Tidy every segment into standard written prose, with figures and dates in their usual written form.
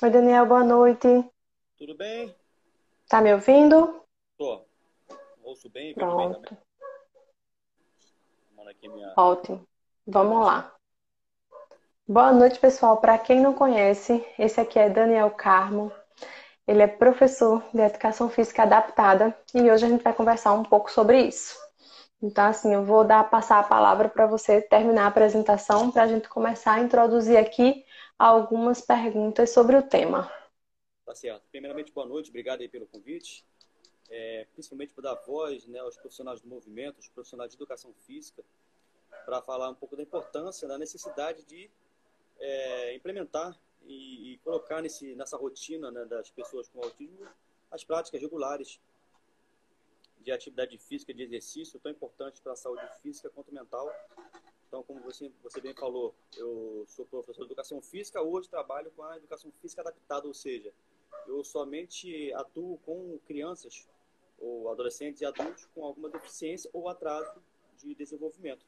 Oi, Daniel, boa noite. Tudo bem? Tá me ouvindo? Tô. Ouço bem e vejo bem também. Pronto, Tomando aqui minha ótimo. Vamos remédio. lá. Boa noite, pessoal. Para quem não conhece, esse aqui é Daniel Carmo. Ele é professor de Educação Física Adaptada e hoje a gente vai conversar um pouco sobre isso. Então, assim, eu vou passar a palavra para você terminar a apresentação para a gente começar a introduzir aqui algumas perguntas sobre o tema. Tá certo. Primeiramente, boa noite. Obrigado aí pelo convite. Principalmente por dar voz, né, aos profissionais do movimento, aos profissionais de educação física, para falar um pouco da importância, da necessidade de implementar e colocar nessa rotina, né, das pessoas com autismo as práticas regulares de atividade física, de exercício, tão importantes para a saúde física quanto mental. Então, como você bem falou, eu sou professor de educação física, hoje trabalho com a educação física adaptada, ou seja, eu somente atuo com crianças ou adolescentes e adultos com alguma deficiência ou atraso de desenvolvimento.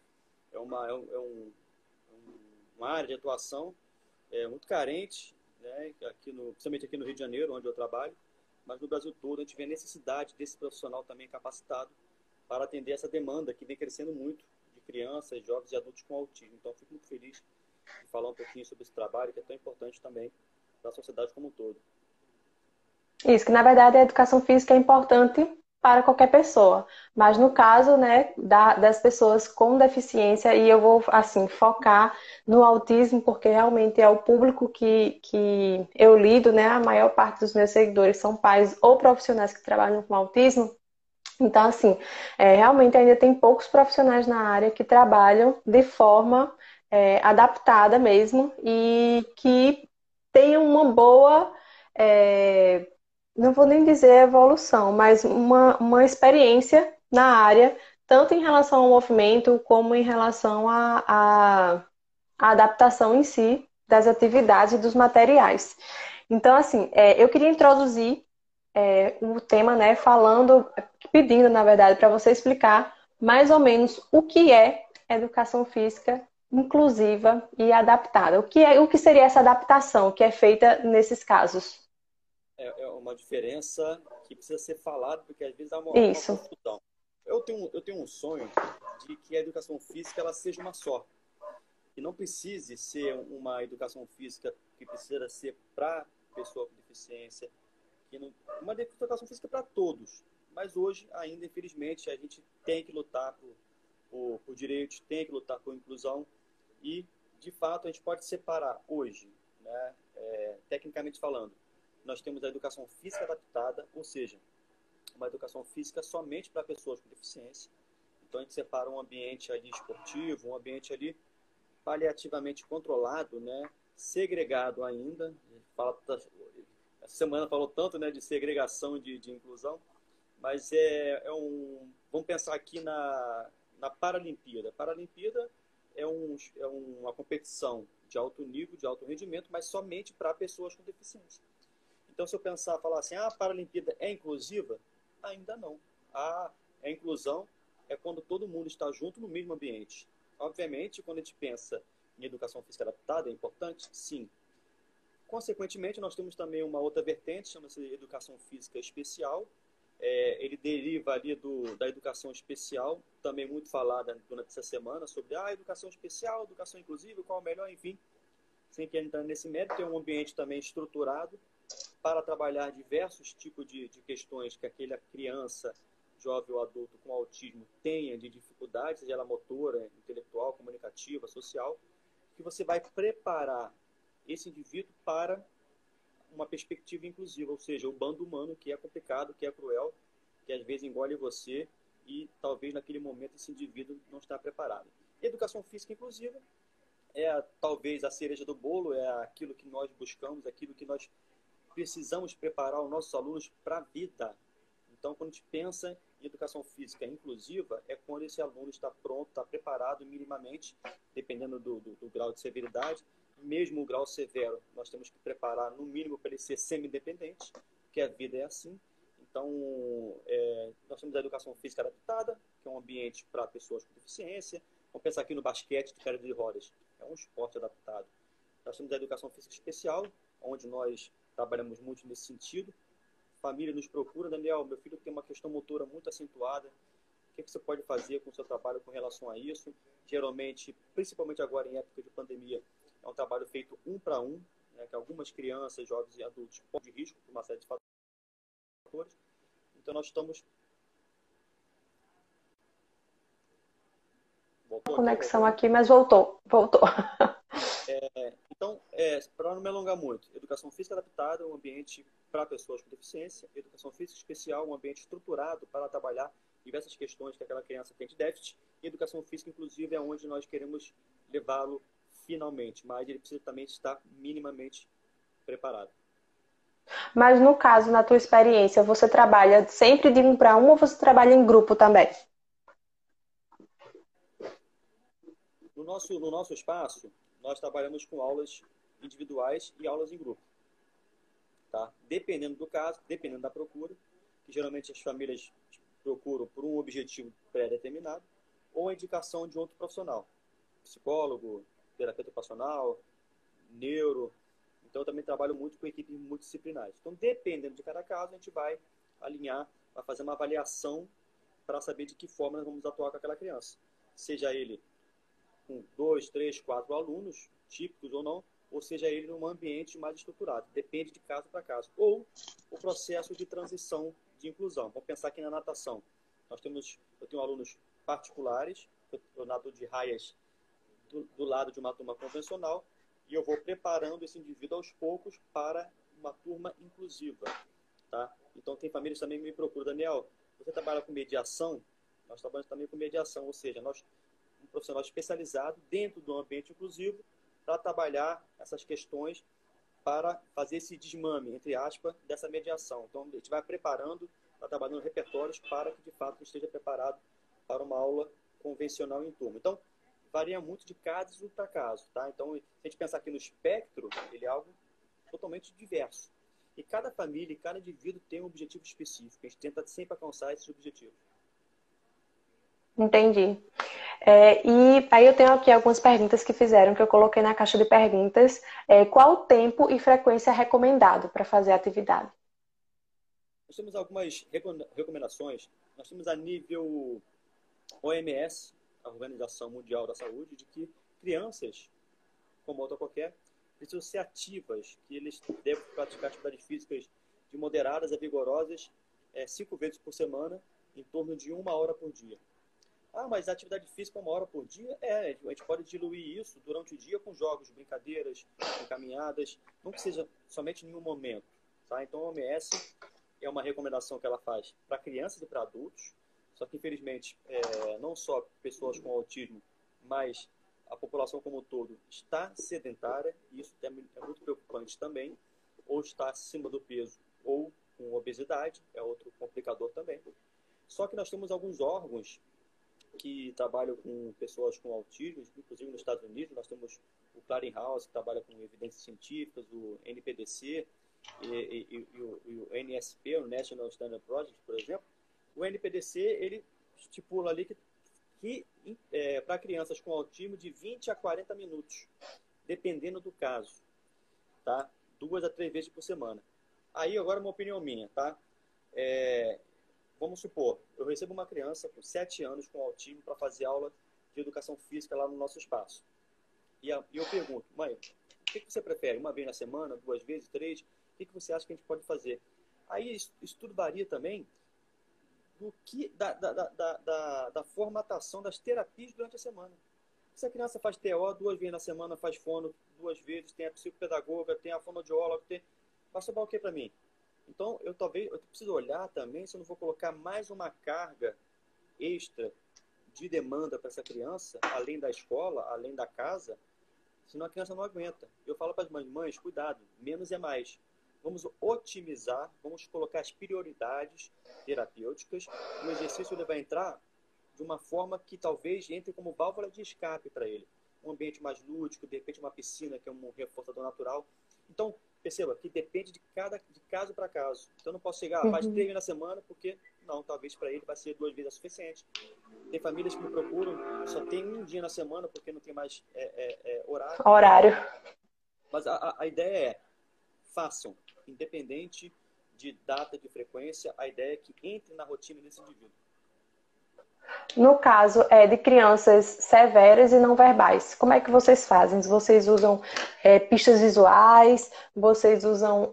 Uma área de atuação muito carente, né, principalmente aqui no Rio de Janeiro, onde eu trabalho, mas no Brasil todo a gente vê a necessidade desse profissional também capacitado para atender essa demanda que vem crescendo muito de crianças, jovens e adultos com autismo. Então, fico muito feliz de falar um pouquinho sobre esse trabalho que é tão importante também para a sociedade como um todo. Isso, que na verdade a educação física é importante para qualquer pessoa, mas no caso, né, das pessoas com deficiência, e eu vou, assim, focar no autismo, porque realmente é o público que eu lido, né, a maior parte dos meus seguidores são pais ou profissionais que trabalham com autismo, então, assim, realmente ainda tem poucos profissionais na área que trabalham de forma adaptada mesmo e que tenham uma boa, é, não vou nem dizer evolução, mas uma experiência na área, tanto em relação ao movimento como em relação à adaptação em si das atividades e dos materiais. Então, assim, eu queria introduzir o tema, né, falando, pedindo, na verdade, para você explicar mais ou menos o que é educação física inclusiva e adaptada. O que seria essa adaptação que é feita nesses casos? É uma diferença que precisa ser falada, porque às vezes há uma Isso. confusão. Eu tenho um sonho de que a educação física ela seja uma só, e não precise ser uma educação física que precisa ser para pessoa com deficiência, que não, uma educação física para todos. Mas hoje, ainda, infelizmente, a gente tem que lutar por direitos, tem que lutar por inclusão e, de fato, a gente pode separar hoje, né, tecnicamente falando, nós temos a educação física adaptada, ou seja, uma educação física somente para pessoas com deficiência. Então, a gente separa um ambiente ali esportivo, um ambiente ali paliativamente controlado, né, segregado ainda. Essa semana falou tanto, né, de segregação de inclusão, mas vamos pensar aqui na Paralimpíada. Paralimpíada é uma competição de alto nível, de alto rendimento, mas somente para pessoas com deficiência. Então, se eu pensar, falar assim, a Paralimpíada é inclusiva? Ainda não. A inclusão é quando todo mundo está junto no mesmo ambiente. Obviamente, quando a gente pensa em educação física adaptada, é importante? Sim. Consequentemente, nós temos também uma outra vertente, chama-se educação física especial. Ele deriva ali da educação especial, também muito falada durante essa semana, sobre a educação especial, educação inclusiva, qual é o melhor, enfim. Sem que entrar nesse mérito, tem um ambiente também estruturado para trabalhar diversos tipos de questões que aquela criança, jovem ou adulto com autismo tenha de dificuldades, seja ela motora, intelectual, comunicativa, social, que você vai preparar esse indivíduo para uma perspectiva inclusiva, ou seja, o bando humano que é complicado, que é cruel, que às vezes engole você e talvez naquele momento esse indivíduo não está preparado. Educação física inclusiva talvez a cereja do bolo, é aquilo que nós buscamos, aquilo que nós precisamos preparar os nossos alunos para a vida. Então, quando a gente pensa em educação física inclusiva, é quando esse aluno está pronto, está preparado minimamente, dependendo do grau de severidade. Mesmo o grau severo, nós temos que preparar no mínimo para ele ser semi-independente, porque a vida é assim. Então, nós temos a educação física adaptada, que é um ambiente para pessoas com deficiência. Vamos pensar aqui no basquete de cadeira de rodas. É um esporte adaptado. Nós temos a educação física especial, onde nós trabalhamos muito nesse sentido. Família nos procura, Daniel, meu filho tem uma questão motora muito acentuada, o que você pode fazer com o seu trabalho com relação a isso? Geralmente, principalmente agora em época de pandemia, é um trabalho feito um para um, né, que algumas crianças, jovens e adultos podem de risco por uma série de fatores. Então, nós estamos... Voltou aqui? Conexão aqui, mas voltou. Voltou. Então, para não me alongar muito, educação física adaptada, um ambiente para pessoas com deficiência, educação física especial, um ambiente estruturado para trabalhar diversas questões que aquela criança tem de déficit, e educação física, inclusive, é onde nós queremos levá-lo finalmente, mas ele precisa também estar minimamente preparado. Mas no caso, na tua experiência, você trabalha sempre de um para um ou você trabalha em grupo também? No nosso espaço, nós trabalhamos com aulas individuais e aulas em grupo. Tá? Dependendo do caso, dependendo da procura, que geralmente as famílias procuram por um objetivo pré-determinado, ou a indicação de outro profissional, psicólogo, terapeuta ocupacional, neuro. Então, eu também trabalho muito com equipes multidisciplinares. Então, dependendo de cada caso, a gente vai alinhar, vai fazer uma avaliação para saber de que forma nós vamos atuar com aquela criança. Seja ele com 2, 3, 4 alunos, típicos ou seja ele num ambiente mais estruturado. Depende de caso para caso. Ou o processo de transição de inclusão. Vamos pensar aqui na natação. Eu tenho alunos particulares, eu nado de raias do lado de uma turma convencional, e eu vou preparando esse indivíduo aos poucos para uma turma inclusiva. Tá? Então, tem famílias também que me procuram, Daniel, você trabalha com mediação? Nós trabalhamos também com mediação, ou seja, um profissional especializado dentro do ambiente inclusivo para trabalhar essas questões, para fazer esse desmame, entre aspas, dessa mediação. Então, a gente vai preparando, está trabalhando repertórios para que, de fato, esteja preparado para uma aula convencional em turma. Então, varia muito de caso para caso. Tá? Então, se a gente pensar aqui no espectro, ele é algo totalmente diverso. E cada família e cada indivíduo tem um objetivo específico. A gente tenta sempre alcançar esses objetivos. Entendi. E aí eu tenho aqui algumas perguntas que fizeram, que eu coloquei na caixa de perguntas. Qual o tempo e frequência recomendado para fazer a atividade? Nós temos algumas recomendações. Nós temos a nível OMS, a Organização Mundial da Saúde, de que crianças, como outra qualquer, precisam ser ativas, que eles devem praticar atividades físicas de moderadas a vigorosas 5 vezes por semana, em torno de 1 hora por dia. Ah, mas a atividade física 1 hora por dia? A gente pode diluir isso durante o dia com jogos, brincadeiras, com caminhadas, não que seja somente em um momento. Tá? Então, a OMS é uma recomendação que ela faz para crianças e para adultos, só que, infelizmente, não só pessoas com autismo, mas a população como um todo está sedentária, e isso é muito preocupante também, ou está acima do peso, ou com obesidade, é outro complicador também. Só que nós temos alguns órgãos que trabalham com pessoas com autismo, inclusive nos Estados Unidos, nós temos o Clearinghouse, que trabalha com evidências científicas, o NPDC e o NSP, o National Standard Project, por exemplo. O NPDC, ele estipula ali que para crianças com autismo de 20 a 40 minutos, dependendo do caso, tá? 2 a 3 vezes por semana. Aí, agora, uma opinião minha, tá? Vamos supor, eu recebo uma criança com 7 anos com autismo para fazer aula de educação física lá no nosso espaço. E eu pergunto, mãe, o que você prefere? 1 vez na semana, 2 vezes, 3? O que você acha que a gente pode fazer? Aí, isso tudo varia também da formatação das terapias durante a semana. Se a criança faz TO 2 vezes na semana, faz fono 2 vezes, tem a psicopedagoga, tem a fonoaudióloga, vai sobrar o que para mim? Então, eu preciso olhar também se eu não vou colocar mais uma carga extra de demanda para essa criança, além da escola, além da casa, senão a criança não aguenta. Eu falo para as mães, cuidado, menos é mais. Vamos otimizar, vamos colocar as prioridades terapêuticas. O exercício ele vai entrar de uma forma que talvez entre como válvula de escape para ele. Um ambiente mais lúdico, de repente uma piscina, que é um reforçador natural. Então, perceba que depende de caso para caso. Então, eu não posso chegar, faz 3 vezes na semana, porque não, talvez para ele vai ser 2 vezes é suficiente. Tem famílias que me procuram, só tem um dia na semana, porque não tem mais horário. Horário. Mas a ideia façam. independente de data, de frequência, a ideia é que entre na rotina desse indivíduo. No caso de crianças severas e não verbais, como é que vocês fazem? Vocês usam pistas visuais? Vocês usam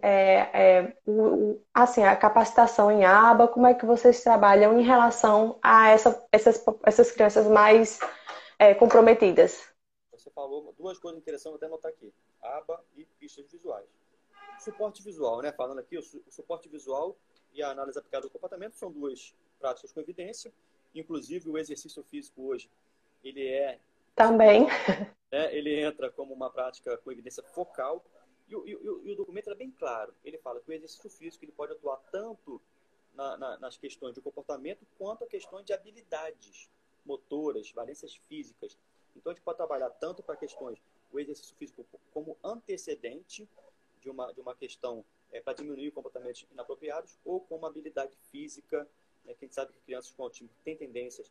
assim, a capacitação em aba? Como é que vocês trabalham em relação a essas crianças mais comprometidas? Você falou duas coisas interessantes, vou até anotar aqui. Aba e pistas visuais. Suporte visual, né? Falando aqui, o suporte visual e a análise aplicada do comportamento são duas práticas com evidência. Inclusive, o exercício físico hoje, ele Também. né? Ele entra como uma prática com evidência focal. E o documento é bem claro. Ele fala que o exercício físico ele pode atuar tanto nas questões de comportamento quanto a questões de habilidades motoras, valências físicas. Então, a gente pode trabalhar tanto para questões, o exercício físico como antecedente de uma questão para diminuir comportamentos inapropriados, ou como habilidade física, né, que a gente sabe que crianças com autismo têm tendências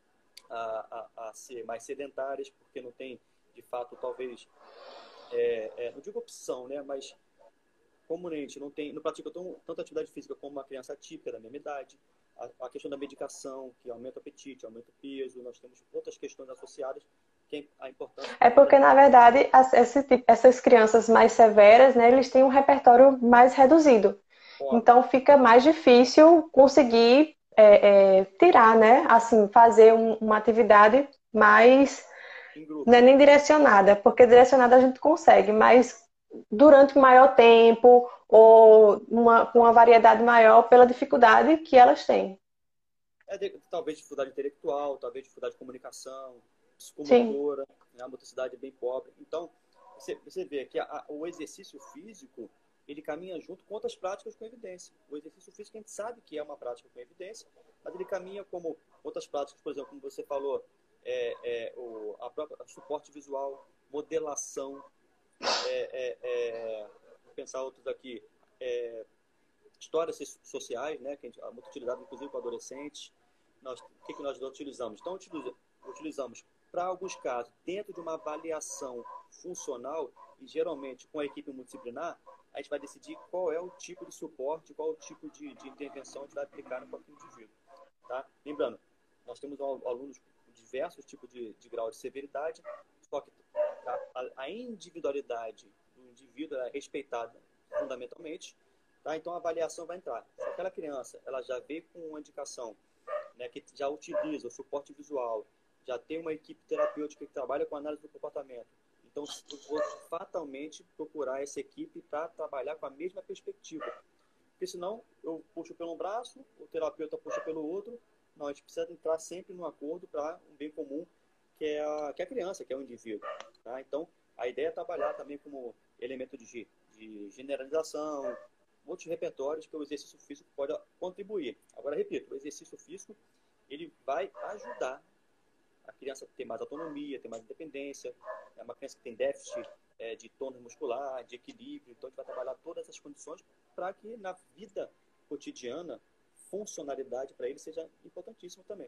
a ser mais sedentárias, porque não tem, de fato, talvez, não digo opção, né, mas comumente não pratica tanta atividade física como uma criança atípica da mesma idade. A questão da medicação, que aumenta o apetite, aumenta o peso, nós temos outras questões associadas, que é a importância... É porque, na verdade, essas crianças mais severas, né, eles têm um repertório mais reduzido. Então, fica mais difícil conseguir tirar, né? Assim, fazer uma atividade mais... Não é nem direcionada, porque direcionada a gente consegue, mas durante um maior tempo ou com uma variedade maior pela dificuldade que elas têm. Talvez dificuldade intelectual, talvez dificuldade de comunicação, psicomotora, né? A motricidade é bem pobre. Então, você vê que o exercício físico, ele caminha junto com outras práticas com evidência. O exercício físico a gente sabe que é uma prática com evidência, mas ele caminha como outras práticas, por exemplo, como você falou, a própria suporte visual, modelação, vou pensar outros aqui, histórias sociais, né, que é muito utilizado inclusive com adolescentes. O que nós utilizamos? Então, utilizamos, para alguns casos, dentro de uma avaliação funcional, e geralmente com a equipe multidisciplinar, a gente vai decidir qual é o tipo de suporte, qual é o tipo de intervenção que a gente vai aplicar no próprio indivíduo. Tá? Lembrando, nós temos alunos com diversos tipos de grau de severidade, só que a individualidade do indivíduo é respeitada fundamentalmente. Tá? Então, a avaliação vai entrar. Se aquela criança ela já veio com uma indicação, né, que já utiliza o suporte visual, já tem uma equipe terapêutica que trabalha com análise do comportamento, então eu vou fatalmente procurar essa equipe para trabalhar com a mesma perspectiva. Porque senão eu puxo pelo um braço, o terapeuta puxa pelo outro. Não, a gente precisa entrar sempre num acordo para um bem comum, que é a criança, que é o indivíduo. Tá? Então, a ideia é trabalhar também como elemento de generalização, outros repertórios que o exercício físico pode contribuir. Agora, repito, o exercício físico ele vai ajudar a criança a ter mais autonomia, ter mais independência. É uma criança que tem déficit de tônus muscular, de equilíbrio. Então, a gente vai trabalhar todas essas condições para que na vida cotidiana, funcionalidade para ele seja importantíssimo também.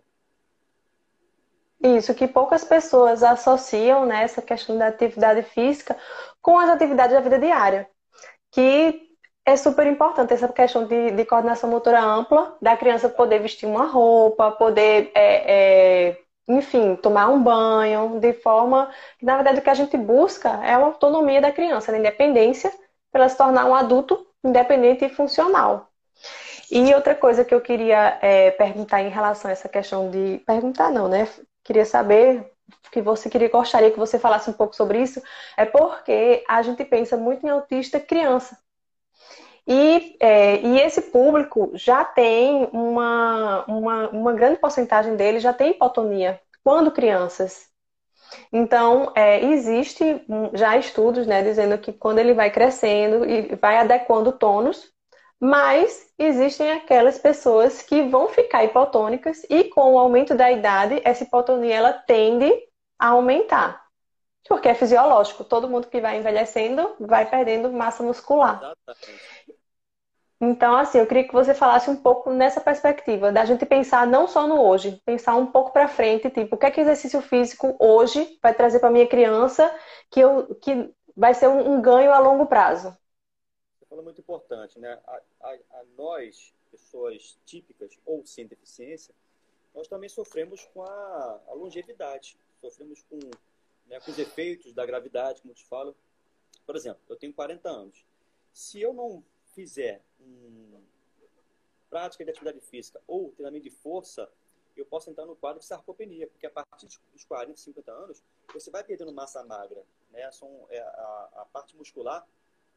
Isso, que poucas pessoas associam, né, essa questão da atividade física com as atividades da vida diária. Que é super importante essa questão de coordenação motora ampla, da criança poder vestir uma roupa, poder, enfim, tomar um banho, de forma que, na verdade, o que a gente busca é a autonomia da criança, a independência, para ela se tornar um adulto independente e funcional. E outra coisa que eu queria perguntar em relação a essa questão de... Perguntar não, né? Queria saber que gostaria que você falasse um pouco sobre isso, é porque a gente pensa muito em autista criança. E esse público já tem uma grande porcentagem dele já tem hipotonia quando crianças. Então, existe já estudos, né, dizendo que quando ele vai crescendo e vai adequando o tônus, mas existem aquelas pessoas que vão ficar hipotônicas e com o aumento da idade, essa hipotonia ela tende a aumentar. Porque é fisiológico, todo mundo que vai envelhecendo vai perdendo massa muscular. Então, assim, eu queria que você falasse um pouco nessa perspectiva, da gente pensar não só no hoje, pensar um pouco para frente, tipo, o que é que exercício físico hoje vai trazer para minha criança que vai ser um ganho a longo prazo? fala muito importante, né? A nós, pessoas típicas ou sem deficiência, nós também sofremos com a longevidade, sofremos com, né, com os efeitos da gravidade, como eu te falo. Por exemplo, eu tenho 40 anos. Se eu não fizer prática de atividade física ou treinamento de força, eu posso entrar no quadro de sarcopenia, porque a partir dos 40, 50 anos, você vai perdendo massa magra, né? A parte muscular,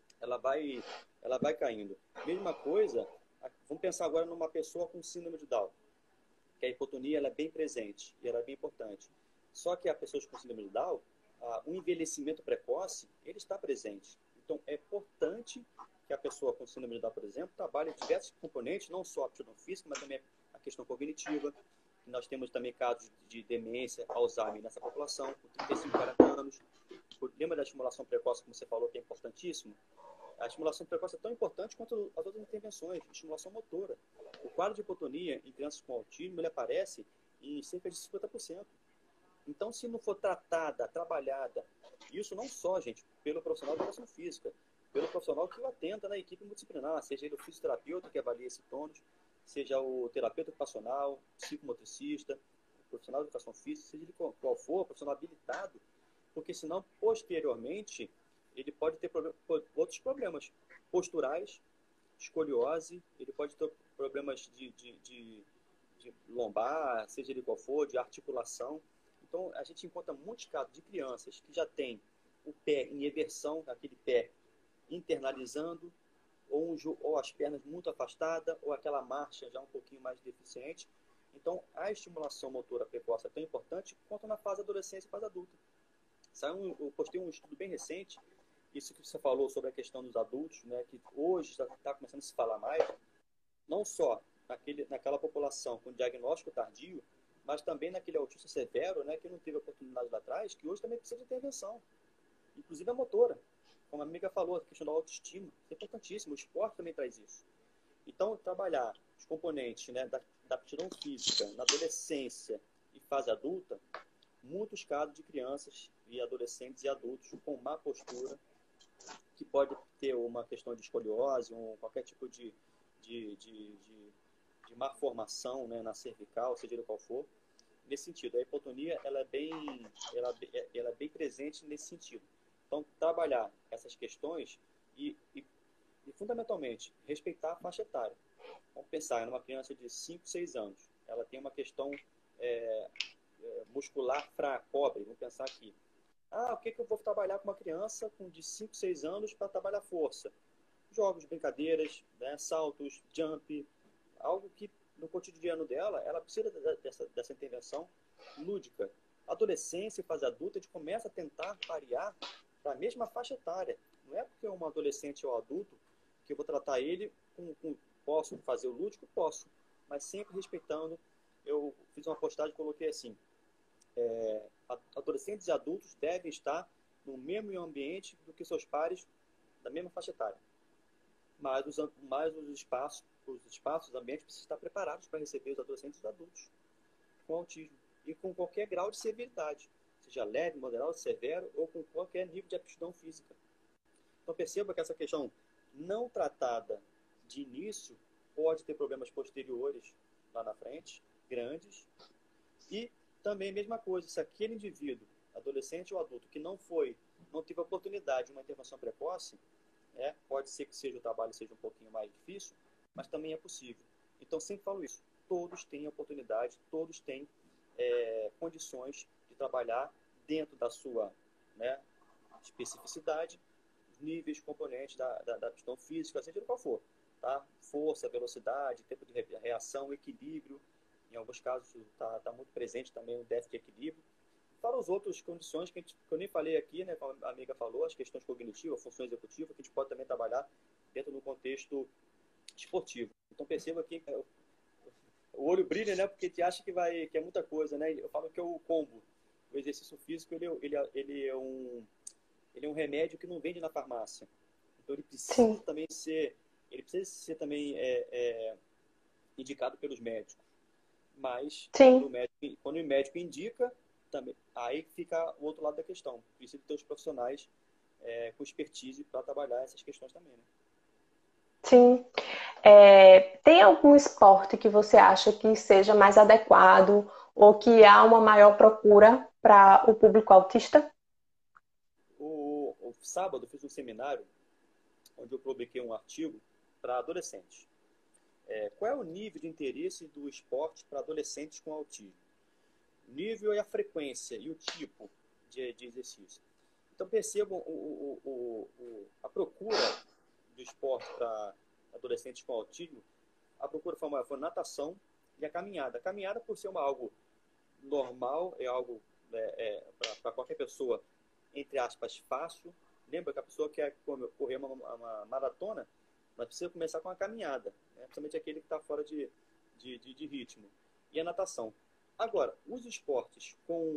ela vai caindo. Mesma coisa, vamos pensar agora numa pessoa com síndrome de Down, que a hipotonia ela é bem presente e ela é bem importante. Só que a pessoa com síndrome de Down, o envelhecimento precoce, ele está presente. Então, é importante que a pessoa com síndrome de Down, por exemplo, trabalhe diversos componentes, não só a aptidão física, mas também a questão cognitiva. Nós temos também casos de demência, Alzheimer nessa população, com 35, 40 anos. Lembra da estimulação precoce, como você falou, que é importantíssimo? A estimulação precoce é tão importante quanto as outras intervenções, estimulação motora. O quadro de hipotonia em crianças com autismo, ele aparece em cerca de 50%. Então, se não for tratada, trabalhada, isso não só, gente, pelo profissional de educação física, pelo profissional que o atenda na equipe multidisciplinar, seja ele o fisioterapeuta que avalia esse tônus, seja o terapeuta ocupacional, psicomotricista, o profissional de educação física, seja ele qual for, o profissional habilitado, porque senão, posteriormente, ele pode ter outros problemas posturais, escoliose, ele pode ter problemas de lombar, seja ele qual for, de articulação. Então, a gente encontra muitos casos de crianças que já têm o pé em eversão, aquele pé internalizando, ou as pernas muito afastadas, ou aquela marcha já um pouquinho mais deficiente. Então, a estimulação motora precoce é tão importante quanto na fase adolescência e fase adulta. Eu postei um estudo bem recente, isso que você falou sobre a questão dos adultos, né, que hoje já está começando a se falar mais, não só naquela população com diagnóstico tardio, mas também naquele autista severo, né, que não teve oportunidade lá atrás, que hoje também precisa de intervenção, inclusive a motora. Como a amiga falou, a questão da autoestima, é importantíssimo, o esporte também traz isso. Então, trabalhar os componentes, né, da aptidão física na adolescência e fase adulta, muitos casos de crianças e adolescentes e adultos com má postura, que pode ter uma questão de escoliose, qualquer tipo de má formação, né, na cervical, seja ele qual for. Nesse sentido, a hipotonia ela é bem presente nesse sentido. Então, trabalhar essas questões e fundamentalmente, respeitar a faixa etária. Vamos pensar numa criança de 5, 6 anos. Ela tem uma questão muscular fraca, pobre. Vamos pensar aqui. O que eu vou trabalhar com uma criança de 5, 6 anos para trabalhar força? Jogos, brincadeiras, né, saltos, jump, algo que no cotidiano dela, ela precisa dessa intervenção lúdica. Adolescência e fase adulta, a gente começa a tentar variar para a mesma faixa etária. Não é porque é um adolescente ou adulto que eu vou tratar ele posso fazer o lúdico? Posso, mas sempre respeitando. Eu fiz uma postagem e coloquei assim, adolescentes e adultos devem estar no mesmo ambiente do que seus pares da mesma faixa etária. Mas os espaços, os ambientes precisam estar preparados para receber os adolescentes e os adultos com autismo e com qualquer grau de severidade, seja leve, moderado, severo ou com qualquer nível de aptidão física. Então perceba que essa questão não tratada de início pode ter problemas posteriores lá na frente, grandes, e também a mesma coisa, se aquele indivíduo, adolescente ou adulto, que não teve a oportunidade de uma intervenção precoce, pode ser que o trabalho seja um pouquinho mais difícil, mas também é possível. Então, sempre falo isso. Todos têm oportunidade, todos têm condições de trabalhar dentro da sua, né, especificidade, níveis, componentes da aptidão física, seja qual for. Tá? Força, velocidade, tempo de reação, equilíbrio. Em alguns casos está muito presente também o déficit de equilíbrio. Para as outras condições que eu nem falei aqui, né, como a amiga falou, as questões cognitivas, função executiva, que a gente pode também trabalhar dentro do contexto esportivo. Então perceba que o olho brilha, né, porque a gente acha que é muita coisa, né? Eu falo que é o combo. O exercício físico ele é um remédio que não vende na farmácia. Então ele precisa também ser também indicado pelos médicos. Mas quando o médico indica, também, aí fica o outro lado da questão. Precisa ter os profissionais com expertise para trabalhar essas questões também, né? Sim. Tem algum esporte que você acha que seja mais adequado ou que há uma maior procura para o público autista? O sábado eu fiz um seminário onde eu publiquei um artigo para adolescentes. Qual é o nível de interesse do esporte para adolescentes com autismo? O nível e a frequência e o tipo de exercício. Então percebam a procura do esporte para adolescentes com autismo. A procura foi maior, foi natação e a caminhada. A caminhada, por ser algo normal, é algo para qualquer pessoa, entre aspas, fácil. Lembra que a pessoa quer correr uma maratona, mas precisa começar com a caminhada, né? Principalmente aquele que está fora de ritmo. E a natação. Agora, os esportes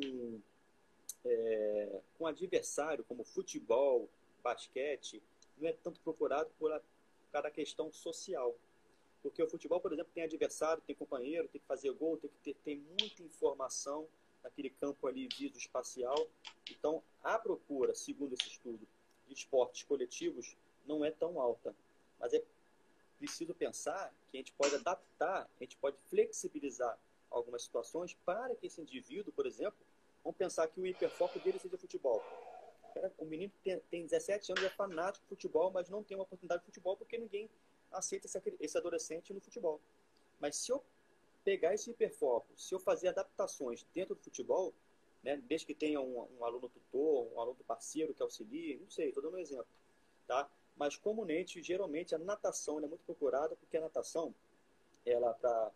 com adversário, como futebol, basquete, não é tanto procurado por cada questão social. Porque o futebol, por exemplo, tem adversário, tem companheiro, tem que fazer gol, tem muita informação naquele campo ali visoespacial. Então, a procura, segundo esse estudo, de esportes coletivos não é tão alta. Mas é preciso pensar que a gente pode adaptar, a gente pode flexibilizar algumas situações para que esse indivíduo, por exemplo, vamos pensar que o hiperfoco dele seja futebol. O menino tem 17 anos, é fanático de futebol, mas não tem uma oportunidade de futebol porque ninguém aceita esse adolescente no futebol. Mas se eu pegar esse hiperfoco, se eu fazer adaptações dentro do futebol, né, desde que tenha um aluno tutor, um aluno parceiro que auxilie, não sei, estou dando um exemplo, tá? Mas comumente, geralmente, a natação é muito procurada porque a natação, ela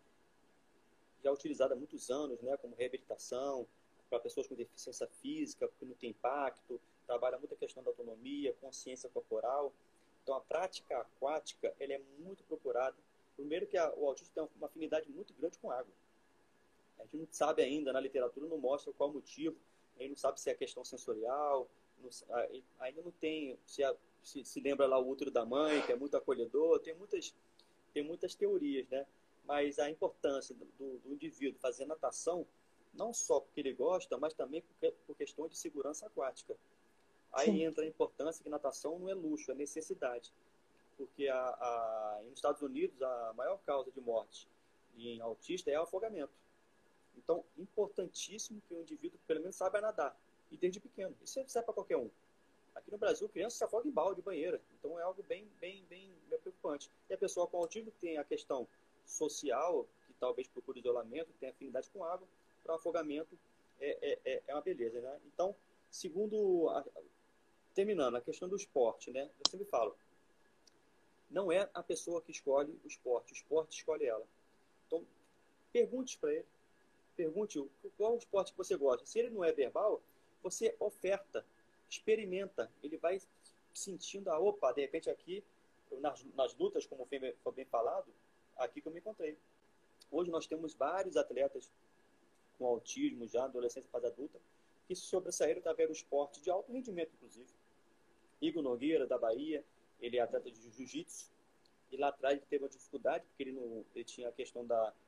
já é utilizada há muitos anos, né, como reabilitação, para pessoas com deficiência física, porque não tem impacto, trabalha muito a questão da autonomia, consciência corporal. Então, a prática aquática ela é muito procurada. Primeiro que o autismo tem uma afinidade muito grande com água. A gente não sabe ainda, na literatura não mostra qual o motivo, a gente não sabe se é questão sensorial, ainda não tem, se lembra lá o útero da mãe, que é muito acolhedor, tem muitas teorias, né? Mas a importância do indivíduo fazer natação, não só porque ele gosta, mas também por questão de segurança aquática. Aí Sim. entra a importância que natação não é luxo, é necessidade. Porque nos Estados Unidos, a maior causa de morte em autista é o afogamento. Então, importantíssimo que o indivíduo, pelo menos, saiba nadar. E desde pequeno. Isso serve para qualquer um. Aqui no Brasil, criança se afoga em balde, banheira. Então, é algo bem preocupante. E a pessoa com autismo tem a questão social, que talvez procure isolamento, tem afinidade com água, para o afogamento é uma beleza, né? Então, segundo terminando, a questão do esporte, né? Eu sempre falo, não é a pessoa que escolhe o esporte escolhe ela. Então, pergunte para ele, pergunte qual o esporte que você gosta. Se ele não é verbal, você oferta, experimenta, ele vai sentindo opa, de repente aqui, nas lutas, como foi bem falado, aqui que eu me encontrei. Hoje nós temos vários atletas com autismo já, adolescência fase adulta, que se sobressaíram através do esporte de alto rendimento, inclusive. Igor Nogueira, da Bahia, ele é atleta de jiu-jitsu, e lá atrás ele teve uma dificuldade, porque ele tinha a questão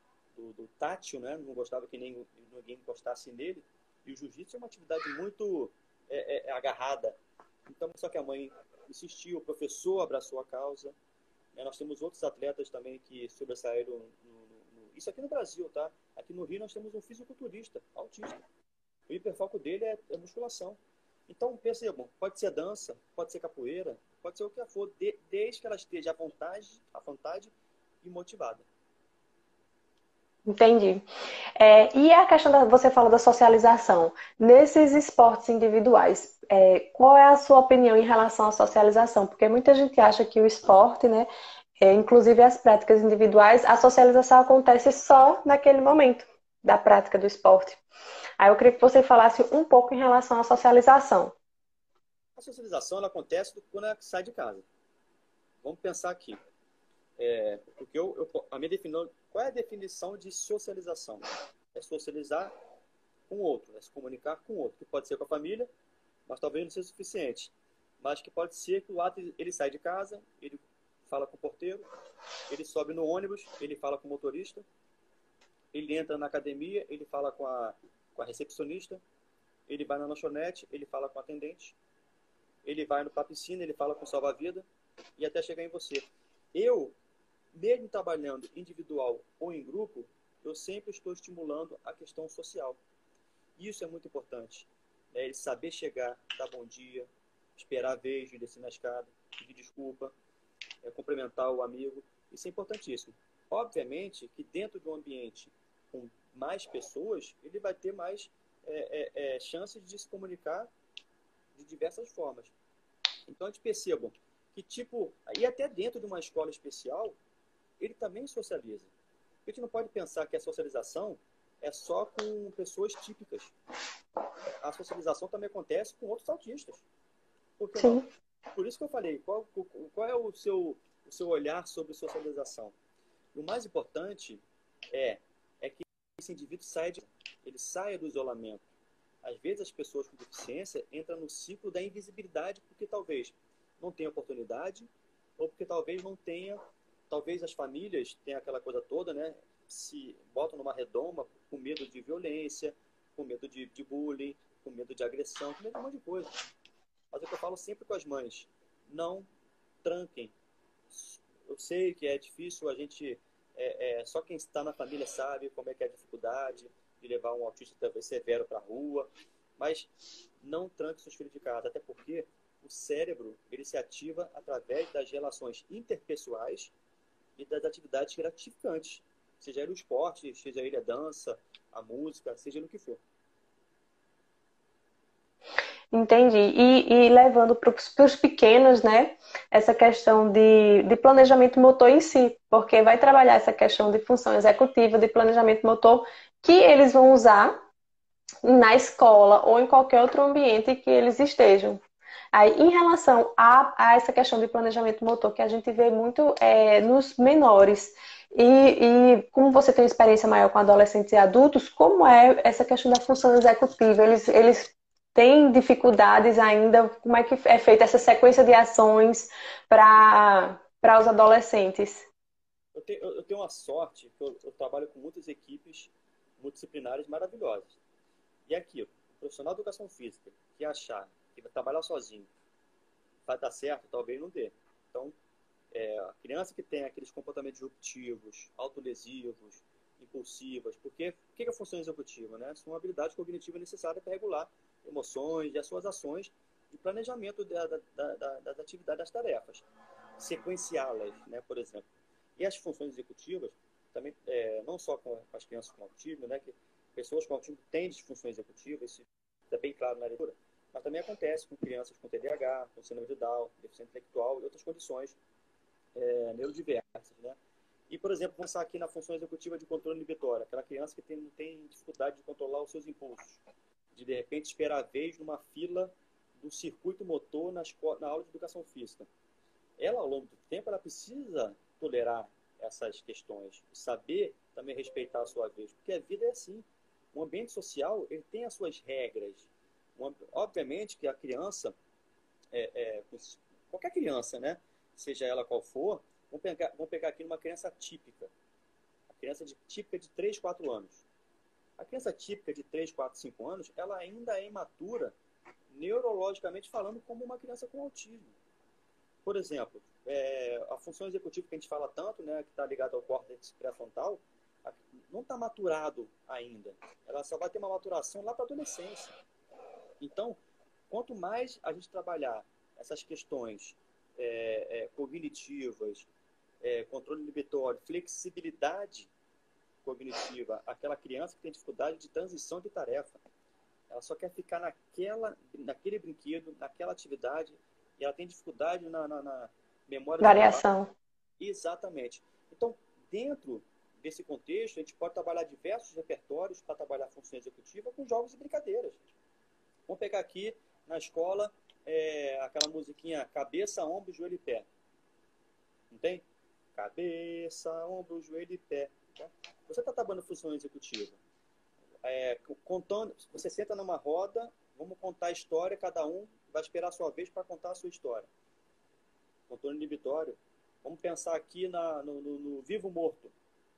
do tátil, né? Não gostava que ninguém encostasse nele, e o jiu-jitsu é uma atividade muito agarrada. Então, só que a mãe insistiu, o professor abraçou a causa, né? Nós temos outros atletas também que sobressaíram isso aqui no Brasil, tá? Aqui no Rio nós temos um fisiculturista autista. O hiperfoco dele é musculação. Então, percebam, pode ser dança, pode ser capoeira, pode ser o que for, desde que ela esteja à vontade e motivada. Entendi. E a questão você falou da socialização. Nesses esportes individuais, qual é a sua opinião em relação à socialização? Porque muita gente acha que o esporte, né, inclusive as práticas individuais, a socialização acontece só naquele momento da prática do esporte. Aí eu queria que você falasse um pouco em relação à socialização. A socialização ela acontece quando ela sai de casa. Vamos pensar aqui. Porque a minha definição, qual é a definição de socialização? É socializar com o outro, é se comunicar com o outro, que pode ser com a família, mas talvez não seja suficiente. Mas que pode ser que o ato ele sai de casa, ele fala com o porteiro, ele sobe no ônibus, ele fala com o motorista, ele entra na academia, ele fala com a recepcionista, ele vai na lanchonete, ele fala com o atendente, ele vai para a piscina, ele fala com o salva-vida e até chegar em você. Eu, mesmo trabalhando individual ou em grupo, eu sempre estou estimulando a questão social. Isso é muito importante. Né? Ele saber chegar, dar bom dia, esperar a vez de descer na escada, pedir desculpa, cumprimentar o amigo. Isso é importantíssimo. Obviamente que dentro de um ambiente com mais pessoas, ele vai ter mais chances de se comunicar de diversas formas. Então, a gente perceba que, tipo, e até dentro de uma escola especial, ele também socializa. A gente não pode pensar que a socialização é só com pessoas típicas. A socialização também acontece com outros autistas. Por que não? Sim. Por isso que eu falei, qual é o seu olhar sobre socialização? O mais importante é que esse indivíduo ele saia do isolamento. Às vezes as pessoas com deficiência entram no ciclo da invisibilidade porque talvez não tenha oportunidade ou porque talvez não tenha, talvez as famílias tenham aquela coisa toda, né? Se botam numa redoma com medo de violência, com medo de bullying, com medo de agressão, com medo de um monte de coisa. Mas é o que eu falo sempre com as mães, não tranquem. Eu sei que é difícil, a gente só quem está na família sabe como é que é a dificuldade de levar um autista talvez severo para a rua, mas não tranque seus filhos de casa, até porque o cérebro ele se ativa através das relações interpessoais e das atividades gratificantes, seja ele o esporte, seja ele a dança, a música, seja ele o que for. Entendi. E levando para os pequenos, né, essa questão de planejamento motor em si, porque vai trabalhar essa questão de função executiva, de planejamento motor, que eles vão usar na escola ou em qualquer outro ambiente que eles estejam. Aí, em relação a essa questão de planejamento motor, que a gente vê muito nos menores, e como você tem experiência maior com adolescentes e adultos, como é essa questão da função executiva? Eles têm dificuldades ainda? Como é que é feita essa sequência de ações para os adolescentes? Eu tenho uma sorte que eu trabalho com muitas equipes multidisciplinares maravilhosas. E aquilo, o profissional de educação física que achar que vai trabalhar sozinho vai dar certo, talvez não dê. Então, a criança que tem aqueles comportamentos disruptivos, autolesivos, impulsivas, porque o que é a função executiva? Né? São habilidades cognitivas necessárias para regular emoções e as suas ações de planejamento das atividades, das tarefas, sequenciá-las, né, por exemplo. E as funções executivas, também, não só com as crianças com autismo, né, que pessoas com autismo têm disfunções executivas, isso é bem claro na leitura, mas também acontece com crianças com TDAH, com síndrome de Down, deficiência intelectual e outras condições neurodiversas, né? E, por exemplo, pensar aqui na função executiva de controle inibitório, aquela criança que não tem dificuldade de controlar os seus impulsos, de repente esperar a vez numa fila do circuito motor na aula de educação física. Ela, ao longo do tempo, ela precisa tolerar essas questões, saber também respeitar a sua vez, porque a vida é assim. O ambiente social ele tem as suas regras. Obviamente que a criança, qualquer criança, né, seja ela qual for, vamos pegar aqui uma criança típica. A criança típica de 3, 4 anos. A criança típica de 3, 4, 5 anos, ela ainda é imatura, neurologicamente falando, como uma criança com autismo. Por exemplo, a função executiva que a gente fala tanto, né, que está ligada ao córtex pré-frontal, não está maturado ainda. Ela só vai ter uma maturação lá para a adolescência. Então, quanto mais a gente trabalhar essas questões cognitivas, controle inibitório, flexibilidade cognitiva, aquela criança que tem dificuldade de transição de tarefa, ela só quer ficar naquele brinquedo, naquela atividade, e ela tem dificuldade na memória de trabalho. Variação. Exatamente. Então, dentro desse contexto, a gente pode trabalhar diversos repertórios para trabalhar a função executiva com jogos e brincadeiras. Vamos pegar aqui na escola aquela musiquinha cabeça, ombro, joelho e pé. Não tem? Cabeça, ombro, joelho e pé. Tá? Você está trabalhando função executiva. Contando, você senta numa roda, vamos contar a história, cada um vai esperar a sua vez para contar a sua história. Controle inibitório. Vamos pensar aqui no vivo morto.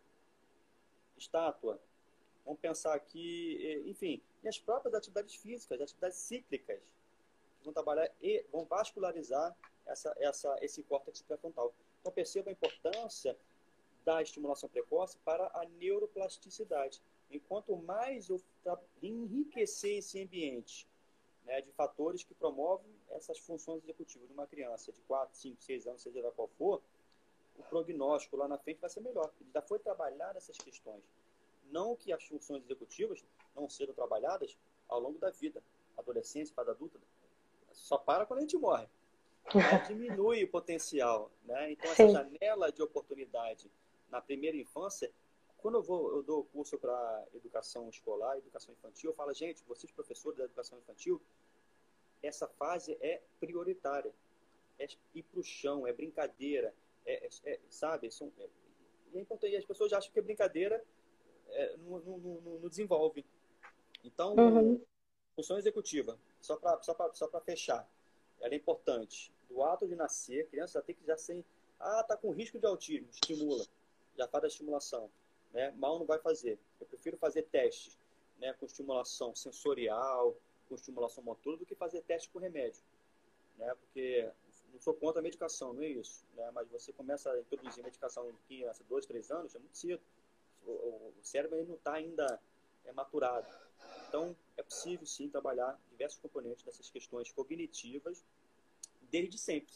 Estátua. Vamos pensar aqui, enfim, e as próprias atividades físicas, atividades cíclicas, que vão trabalhar e vão vascularizar esse córtex pré-frontal. Então, perceba a importância da estimulação precoce para a neuroplasticidade. Enquanto mais eu enriquecer esse ambiente, né, de fatores que promovem essas funções executivas de uma criança de 4, 5, 6 anos, seja lá qual for, o prognóstico lá na frente vai ser melhor. Ele já foi trabalhar essas questões. Não que as funções executivas não sejam trabalhadas ao longo da vida. Adolescência, fase adulta, só para quando a gente morre. Mas diminui o potencial, né? Então, essa Sim. janela de oportunidade na primeira infância, quando eu dou curso para educação escolar, educação infantil, eu falo, gente, vocês professores da educação infantil, essa fase é prioritária. É ir para o chão, é brincadeira, sabe? É importante. E as pessoas acham que a brincadeira não desenvolve. Então, Uhum. função executiva, só para fechar, ela é importante. Do ato de nascer, a criança já tem que ser, tá com risco de autismo, estimula, já faz a estimulação, né? Mal não vai fazer. Eu prefiro fazer testes, né, com estimulação sensorial, com estimulação motora, do que fazer teste com remédio, né? Porque não sou contra a medicação, não é isso, né? Mas você começa a introduzir medicação em criança, 2, 3 anos, é muito cedo. O cérebro ainda não está ainda maturado. Então, é possível, sim, trabalhar diversos componentes dessas questões cognitivas desde sempre.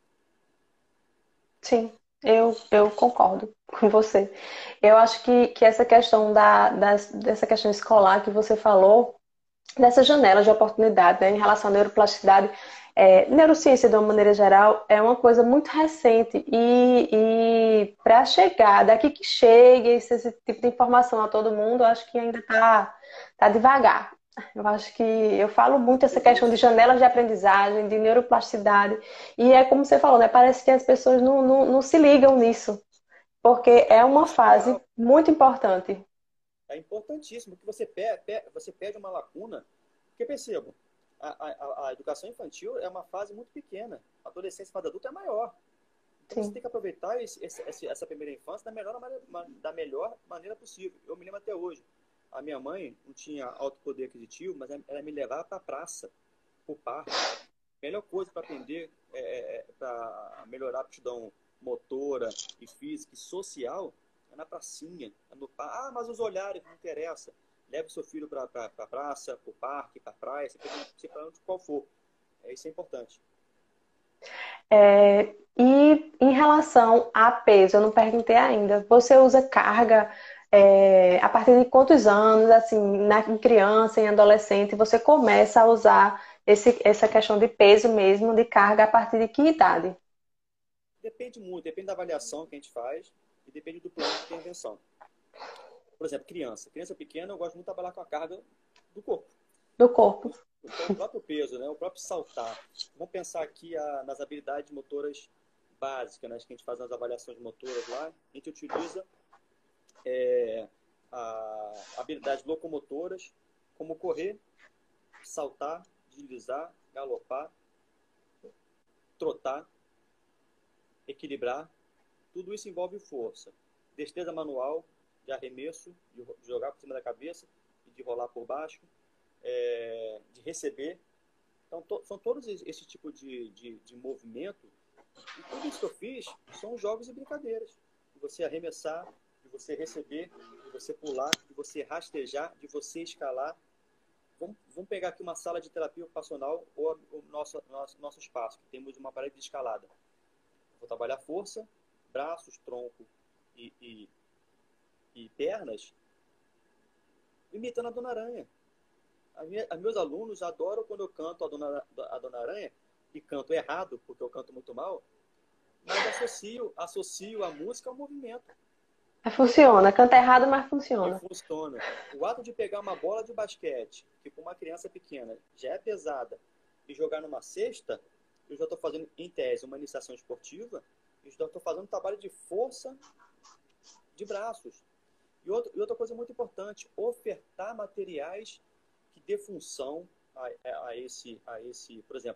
Sim, eu concordo com você. Eu acho que essa questão dessa questão escolar que você falou, dessa janela de oportunidade, né, em relação à neuroplasticidade, neurociência de uma maneira geral, é uma coisa muito recente e para chegar, daqui que chegue esse tipo de informação a todo mundo, eu acho que ainda tá devagar. Eu acho que eu falo muito essa questão de janelas de aprendizagem, de neuroplasticidade, e é como você falou, né? Parece que as pessoas não se ligam nisso, porque é uma fase Essencial. muito importante. É importantíssimo que você perde uma lacuna. Porque percebam, a educação infantil é uma fase muito pequena. A adolescência e fase adulta é maior. Então você Sim. tem que aproveitar essa primeira infância da melhor maneira possível. Eu me lembro até hoje. A minha mãe não tinha alto poder aquisitivo, mas ela me levava para a praça, para o parque. Melhor coisa para aprender, para melhorar a aptidão motora e física e social, é na pracinha, é no parque. Mas os olhares não interessa. Leve seu filho para a praça, para o parque, para a praia, seja para onde qual for. Isso é importante. E em relação a peso, eu não perguntei ainda. Você usa carga a partir de quantos anos, assim, em criança, em adolescente, você começa a usar essa questão de peso mesmo, de carga, a partir de que idade? Depende muito, depende da avaliação que a gente faz e depende do plano de intervenção. Por exemplo, criança. Criança pequena, eu gosto muito de trabalhar com a carga do corpo. Do corpo. Então, o próprio peso, né? O próprio saltar. Vamos pensar aqui nas habilidades motoras básicas, né? Que a gente faz nas avaliações motoras lá. A gente utiliza habilidades locomotoras, como correr, saltar, deslizar, galopar, trotar, equilibrar. Tudo isso envolve força. Destreza manual, de arremesso, de jogar por cima da cabeça e de rolar por baixo, de receber. Então, são todos esse tipo de movimento. E tudo isso que eu fiz são jogos e brincadeiras. De você arremessar, de você receber, de você pular, de você rastejar, de você escalar. Vamos pegar aqui uma sala de terapia ocupacional ou o nosso espaço, que temos uma parede de escalada. Vou trabalhar força, braços, tronco e pernas, imitando a Dona Aranha. Meus alunos adoram quando eu canto a Dona Aranha, e canto errado, porque eu canto muito mal, mas associo a música ao movimento. Funciona. Canta errado, mas E funciona. funciona. O ato de pegar uma bola de basquete, que para uma criança pequena já é pesada, e jogar numa cesta, eu já estou fazendo, em tese, uma iniciação esportiva, e já estou fazendo um trabalho de força de braços. E outra coisa muito importante, ofertar materiais que dê função a esse, por exemplo,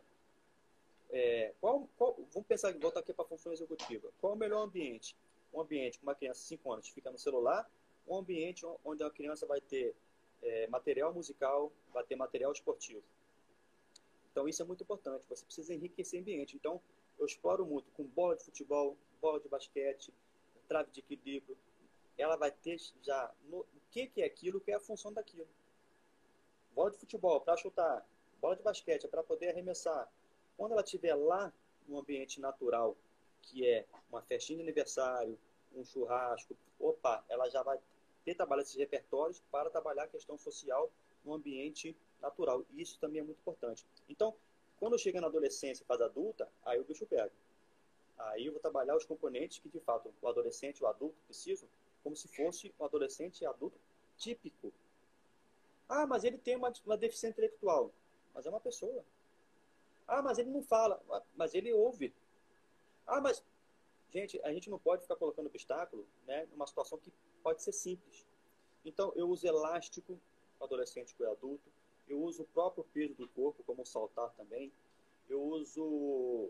vamos pensar, voltar aqui para a função executiva. Qual é o melhor ambiente? Um ambiente com uma criança de 5 anos fica no celular, um ambiente onde a criança vai ter material musical, vai ter material esportivo. Então, isso é muito importante. Você precisa enriquecer o ambiente. Então, eu exploro muito com bola de futebol, bola de basquete, trave de equilíbrio. Ela vai ter já o que é aquilo, que é a função daquilo. Bola de futebol para chutar, bola de basquete para poder arremessar. Quando ela estiver lá no ambiente natural, que é uma festinha de aniversário, um churrasco, opa, ela já vai ter trabalhado esses repertórios para trabalhar a questão social no ambiente natural. E isso também é muito importante. Então, quando chega na adolescência e fase adulta, aí o bicho pega. Aí eu vou trabalhar os componentes que, de fato, o adolescente e o adulto precisam, como se fosse um adolescente e adulto típico. Ah, mas ele tem uma deficiência intelectual. Mas é uma pessoa. Ah, mas ele não fala. Mas ele ouve. Ah, mas... Gente, a gente não pode ficar colocando obstáculo, né, numa situação que pode ser simples. Então, eu uso elástico para adolescente e adulto. Eu uso o próprio peso do corpo, como saltar também. Eu uso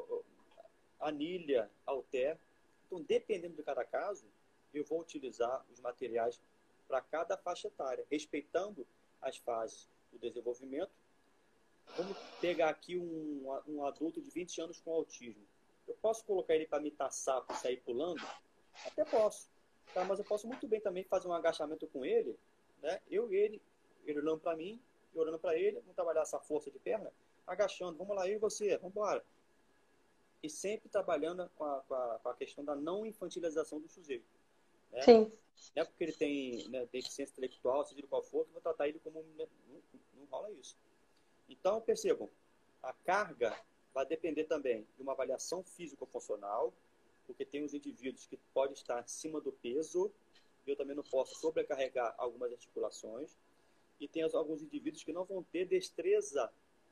anilha, halter. Então, dependendo de cada caso, eu vou utilizar os materiais para cada faixa etária, respeitando as fases do desenvolvimento. Vamos pegar aqui um adulto de 20 anos com autismo. Eu posso colocar ele para imitar sapo e sair pulando? Até posso. Tá? Mas eu posso muito bem também fazer um agachamento com ele, né? Eu e ele olhando para mim, eu olhando para ele, vamos trabalhar essa força de perna, agachando. Vamos lá, eu e você, vamos embora. E sempre trabalhando com a questão da não infantilização do sujeito. Né? Sim. Não é porque ele tem, né, deficiência intelectual, seja qual for, que eu vou tratar ele como... Não rola isso. Então, percebam, a carga vai depender também de uma avaliação físico-funcional, porque tem os indivíduos que podem estar acima do peso, eu também não posso sobrecarregar algumas articulações, e tem alguns indivíduos que não vão ter destreza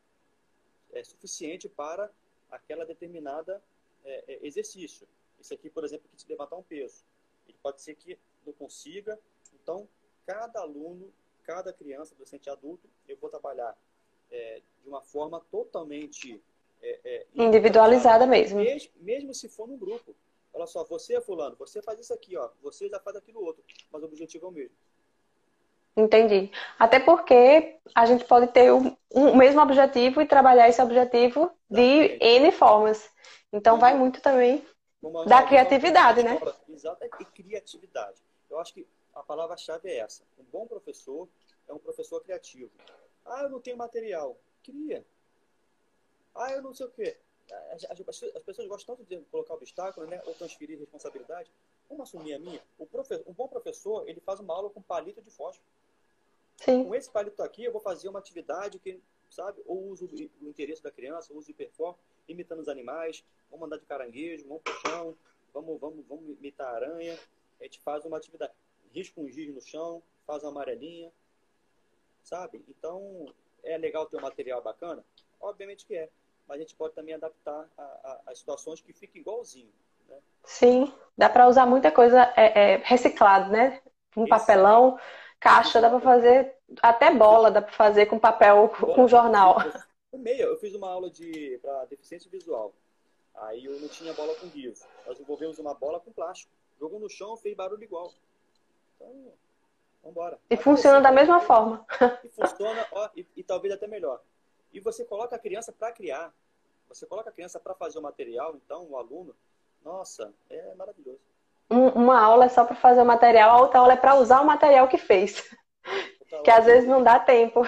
suficiente para aquela determinada exercício. Esse aqui, por exemplo, que te levantar um peso. Ele pode ser que não consiga. Então, cada aluno, cada criança, adolescente e adulto, eu vou trabalhar de uma forma totalmente individualizada mesmo. Mesmo se for num grupo. Olha só, você é fulano, você faz isso aqui, ó, você já faz aquilo outro, mas o objetivo é o mesmo. Entendi. Até porque a gente pode ter o mesmo objetivo e trabalhar esse objetivo de N formas. Então vai muito também da criatividade, né? Exato, e criatividade. Eu acho que a palavra-chave é essa. Um bom professor é um professor criativo. Ah, eu não tenho material. Cria. Ah, eu não sei o quê. As pessoas gostam tanto de colocar obstáculo, né? Ou transferir responsabilidade. Vamos assumir a minha. Um bom professor, ele faz uma aula com palito de fósforo. Sim. Com esse palito aqui, eu vou fazer uma atividade que, sabe, ou uso o interesse da criança, ou uso hiperfoco, imitando os animais, vamos andar de caranguejo, vamos pro chão, vamos imitar a aranha, a gente faz uma atividade, risca um giz no chão, faz uma amarelinha, sabe? Então, é legal ter um material bacana? Obviamente que é, mas a gente pode também adaptar a situações que fiquem igualzinho, né? Sim, dá para usar muita coisa reciclado, né? Um papelão, caixa, dá para fazer até bola, dá para fazer com papel, com jornal. Eu fiz uma aula para deficiência visual. Aí eu não tinha bola com guiso. Nós desenvolvemos uma bola com plástico. Jogou no chão, fez barulho igual. Então, vamos embora. E funciona da mesma forma. E funciona, ó, e talvez até melhor. E você coloca a criança para criar. Você coloca a criança para fazer o material, então, o aluno, nossa, é maravilhoso. Uma aula é só para fazer o material, a outra aula é para usar o material que fez. Que às vezes não dá tempo.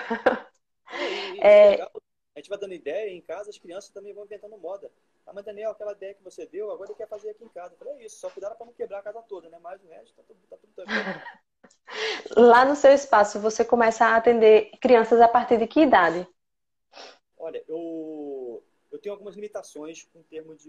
Legal. A gente vai dando ideia, e em casa as crianças também vão inventando moda. Ah, mas Daniel, aquela ideia que você deu, agora ele quer fazer aqui em casa. Eu falei, é isso, só cuidado para não quebrar a casa toda, né? Mas o resto tá tudo tranquilo. Lá no seu espaço, você começa a atender crianças a partir de que idade? Olha, eu tenho algumas limitações em termos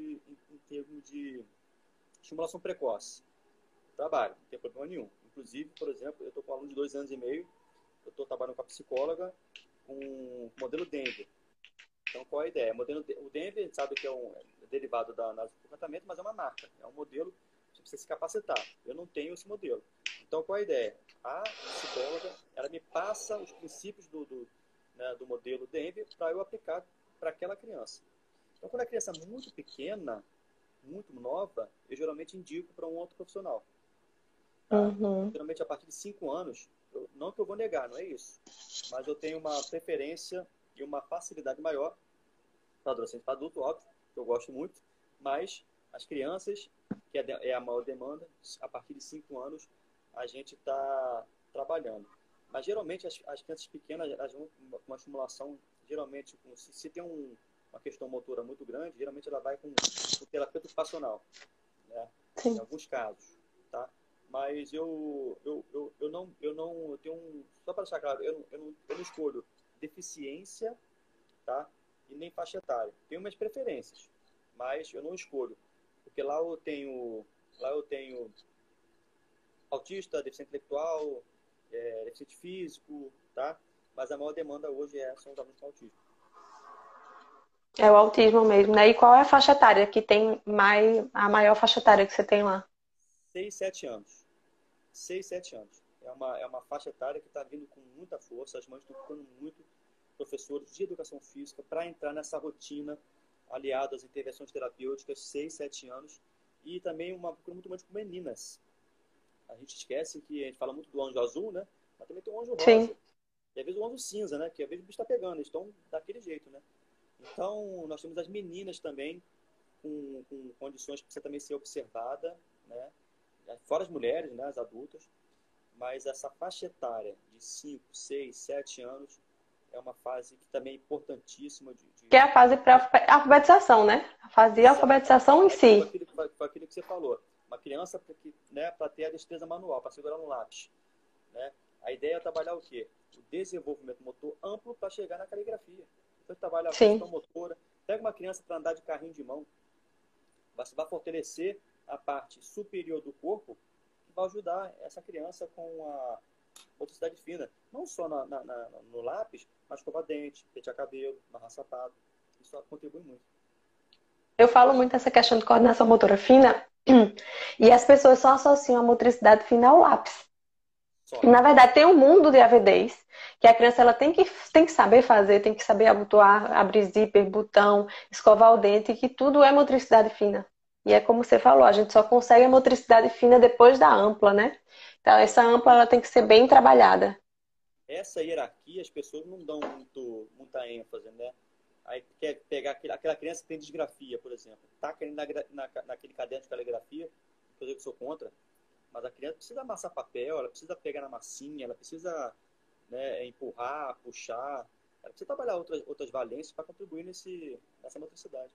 de estimulação precoce. Trabalho, não tem problema nenhum. Inclusive, por exemplo, eu estou com um aluno de 2 anos e meio, eu estou trabalhando com a psicóloga com o modelo Denver. Então, qual é a ideia? O Denver, a gente sabe que é um derivado da análise do comportamento, mas é uma marca. É um modelo que precisa se capacitar. Eu não tenho esse modelo. Então, qual é a ideia? A psicóloga, ela me passa os princípios do modelo Denver para eu aplicar para aquela criança. Então, quando a criança é muito pequena, muito nova, eu geralmente indico para um outro profissional. Tá? Uhum. Geralmente, a partir de 5 anos, não que eu vou negar, não é isso. Mas eu tenho uma preferência e uma facilidade maior para adolescente, para adulto, óbvio, que eu gosto muito, mas As crianças, que é a maior demanda, a partir de 5 anos, a gente está trabalhando. Mas, geralmente, as crianças pequenas, elas vão com uma estimulação, geralmente, se tem uma questão motora muito grande, geralmente ela vai com o terapeuta ocupacional, né? Em Sim. alguns casos, tá? Mas eu tenho só para deixar claro, eu não escolho deficiência, tá? E nem faixa etária. Tenho minhas preferências, mas eu não escolho, porque lá eu tenho autista, deficiente intelectual, deficiente físico, tá? Mas a maior demanda hoje são os alunos com autismo. É o autismo mesmo, né? E qual é a faixa etária que tem a maior faixa etária que você tem lá? 6, 7 anos. 6, 7 anos. É uma faixa etária que está vindo com muita força. As mães estão ficando muito professores de educação física para entrar nessa rotina, aliado às intervenções terapêuticas, 6, 7 anos. E também uma procura muito grande com meninas. A gente esquece que a gente fala muito do anjo azul, né? Mas também tem o anjo Sim. rosa. E às vezes o anjo cinza, né? Que às vezes o bicho está pegando. Eles estão daquele jeito, né? Então, nós temos as meninas também com condições que precisa também ser observada, né? Fora as mulheres, né? As adultas. Mas essa faixa etária de 5, 6, 7 anos é uma fase que também é importantíssima Que é a fase pré-alfabetização, né? A fase de alfabetização em Exatamente. si. Foi aquilo que você falou. Uma criança né, para ter a destreza manual, para segurar um lápis. Né? A ideia é trabalhar o quê? O desenvolvimento motor amplo para chegar na caligrafia. Então, trabalha a Sim. questão motora. Pega uma criança para andar de carrinho de mão. Você vai fortalecer a parte superior do corpo que vai ajudar essa criança com a motricidade fina. Não só no lápis, mas escovar dente, pentear cabelo, amarrar sapato. Isso contribui muito. Eu falo muito essa questão de coordenação motora fina e as pessoas só associam a motricidade fina ao lápis. Só. E, na verdade, tem um mundo de avidez que a criança ela tem que saber fazer, tem que saber abotoar, abrir zíper, botão, escovar o dente, que tudo é motricidade fina. E é como você falou, a gente só consegue a motricidade fina depois da ampla, né? Então, essa ampla ela tem que ser bem trabalhada. Essa hierarquia as pessoas não dão muita ênfase, né? Aí quer pegar aquela criança que tem disgrafia, por exemplo. Taca ele naquele caderno de caligrafia, coisa que eu sou contra. Mas a criança precisa amassar papel, ela precisa pegar na massinha, ela precisa, né, empurrar, puxar. Ela precisa trabalhar outras valências para contribuir nessa motricidade.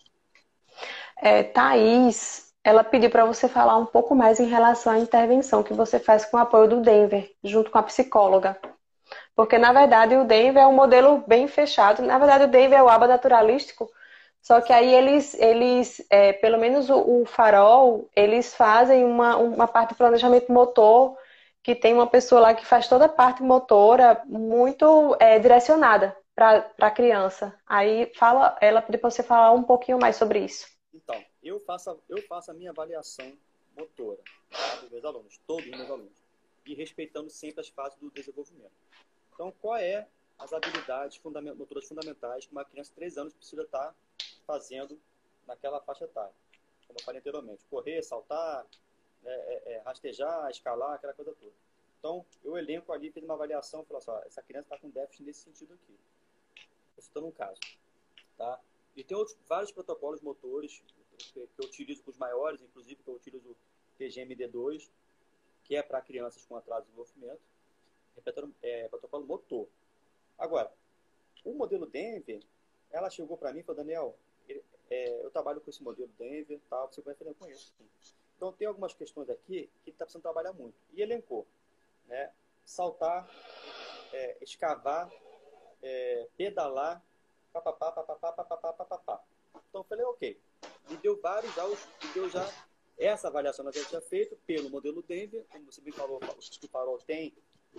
Thaís, ela pediu para você falar um pouco mais em relação à intervenção que você faz com o apoio do Denver, junto com a psicóloga. Porque, na verdade, o Denver é um modelo bem fechado. Na verdade, o Denver é o aba naturalístico. Só que aí pelo menos o Farol, eles fazem uma parte do planejamento motor, que tem uma pessoa lá que faz toda a parte motora muito direcionada para a criança. Aí ela pediu para você falar um pouquinho mais sobre isso. Então, eu faço a minha avaliação motora, tá, dos meus alunos, todos os meus alunos, e respeitando sempre as fases do desenvolvimento. Então, qual é as habilidades motoras fundamentais que uma criança de 3 anos precisa estar fazendo naquela faixa etária? Como eu falei anteriormente, correr, saltar, rastejar, escalar, aquela coisa toda. Então, eu elenco ali, fiz uma avaliação, falei assim, ó, essa criança está com déficit nesse sentido aqui. Estou citando um caso. Tá? E tem vários protocolos motores que eu utilizo para os maiores, inclusive que eu utilizo o TGMD2, que é para crianças com atraso de desenvolvimento, protocolo motor. Agora, o modelo Denver, ela chegou para mim e falou, Daniel, eu trabalho com esse modelo Denver, tal, você vai fazer com isso. Então, tem algumas questões aqui que está precisando trabalhar muito. E elencou, né? Saltar, escavar, pedalar, papapá, papapá, papapá, papapá. Então, eu falei, ok. Me deu já essa avaliação que eu tinha feito pelo modelo Denver, como você bem falou, o Farol tem